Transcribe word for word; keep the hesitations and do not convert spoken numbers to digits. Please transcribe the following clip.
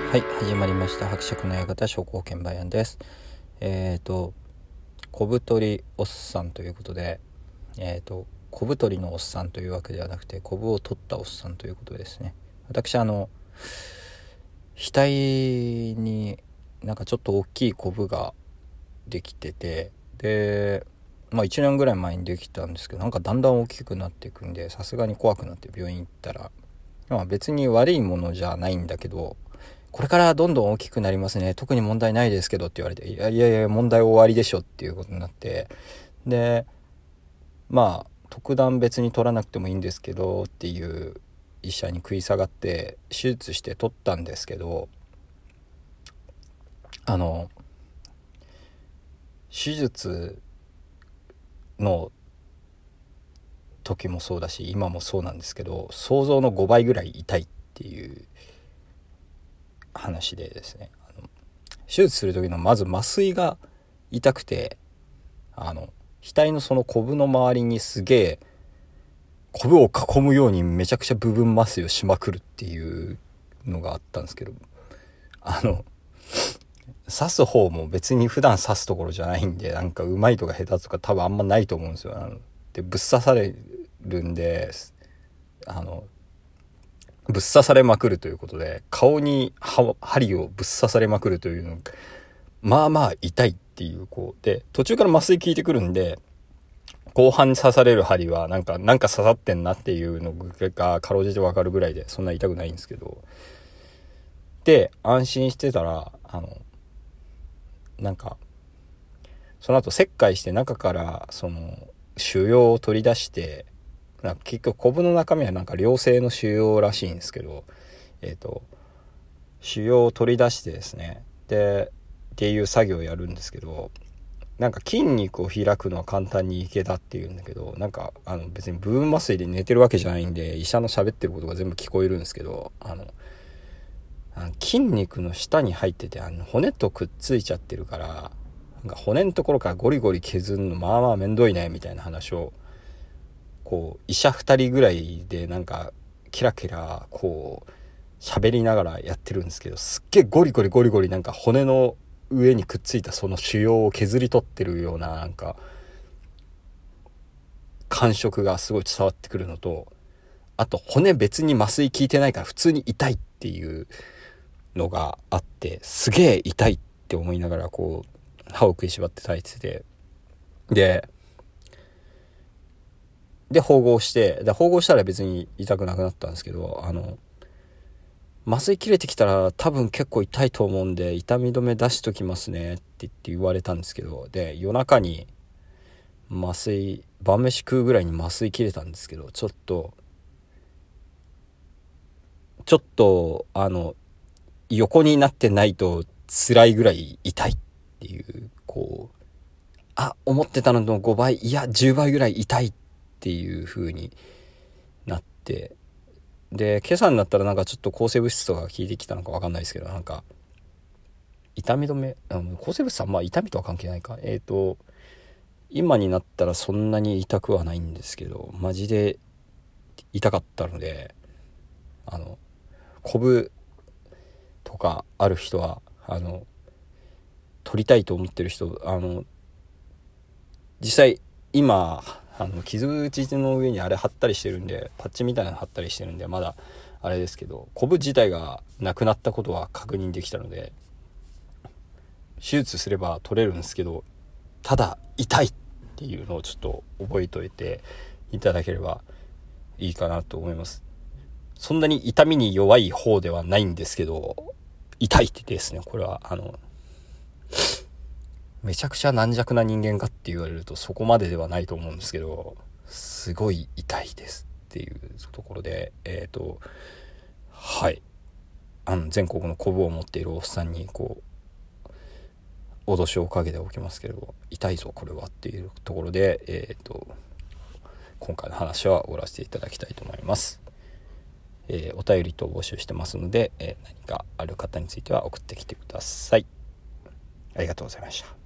はい、始まりました伯爵の館商工券売案です。えっ、ー、と小太りおっさんということで、えっ、ー、と小太りのおっさんというわけではなくて、コブを取ったおっさんということですね。私あの額になんかちょっと大きいコブができてて、でまあいちねんぐらい前にできたんですけど、なんかだんだん大きくなっていくんで、さすがに怖くなって病院行ったら、まあ別に悪いものじゃないんだけど、これからどんどん大きくなりますね、特に問題ないですけどって言われて、いやいやいや問題終わりでしょっていうことになって、でまあ特段別に取らなくてもいいんですけどっていう医者に食い下がって手術して取ったんですけど、あの手術の時もそうだし今もそうなんですけど、想像のごばいぐらい痛いっていう話でですね、あの手術する時のまず麻酔が痛くて、あの額のそのコブの周りにすげえコブを囲むようにめちゃくちゃ部分麻酔をしまくるっていうのがあったんですけど、あの刺す方も別に普段刺すところじゃないんで、なんかうまいとか下手とか多分あんまないと思うんですよ。あのでぶっ刺されるんで、あのぶっ刺されまくるということで、顔に針をぶっ刺されまくるというのがまあまあ痛いっていう、こうで途中から麻酔効いてくるんで、後半に刺される針はなんかなんか刺さってんなっていうのがかろうじてわかるぐらいで、そんな痛くないんですけど、で安心してたら、あのなんかその後切開して中からその腫瘍を取り出して、なんか結局コブの中身はなんか良性の腫瘍らしいんですけど、えっと腫瘍を取り出してですね、でっていう作業をやるんですけど、なんか筋肉を開くのは簡単にいけたっていうんだけど、なんかあの別に部分麻酔で寝てるわけじゃないんで、医者の喋ってることが全部聞こえるんですけど、あのあの筋肉の下に入ってて、あの骨とくっついちゃってるから、なんか骨のところからゴリゴリ削るのまあまあめんどいねみたいな話を、こう医者ふたりぐらいでなんかキラキラこう喋りながらやってるんですけど、すっげえゴリゴリゴリゴリなんか骨の上にくっついたその腫瘍を削り取ってるようななんか感触がすごい伝わってくるのと、あと骨別に麻酔効いてないから普通に痛いっていうのがあって、すげえ痛いって思いながらこう歯を食いしばって耐えてて、でで縫合してで縫合したら別に痛くなくなったんですけど、あの麻酔切れてきたら多分結構痛いと思うんで痛み止め出しときますねって言って言われたんですけど、で夜中に麻酔晩飯食うぐらいに麻酔切れたんですけど、ちょっとちょっとあの横になってないと辛いぐらい痛いっていう、こうあ思ってたののごばい、いやじゅうばいぐらい痛いっていう風になって、で今朝になったらなんかちょっと抗生物質とか効いてきたのか分かんないですけど、なんか痛み止め、うん、抗生物質はまあ痛みとは関係ないか、えーと今になったらそんなに痛くはないんですけど、マジで痛かったので、あのコブとかある人はあの取りたいと思ってる人、あの実際今あの傷口の上にあれ貼ったりしてるんで、パッチみたいなの貼ったりしてるんでまだあれですけど、コブ自体がなくなったことは確認できたので手術すれば取れるんですけど、ただ痛いっていうのをちょっと覚えておいていただければいいかなと思います。そんなに痛みに弱い方ではないんですけど、痛いってですね、これはあのめちゃくちゃ軟弱な人間かって言われるとそこまでではないと思うんですけど、すごい痛いですっていうところで、えっとはいあの全国のコブを持っているおっさんにこう脅しをかけておきますけど、痛いぞこれはっていうところで、えっと今回の話は終わらせていただきたいと思います。えー、お便りと募集してますので、えー、何かある方については送ってきてください。ありがとうございました。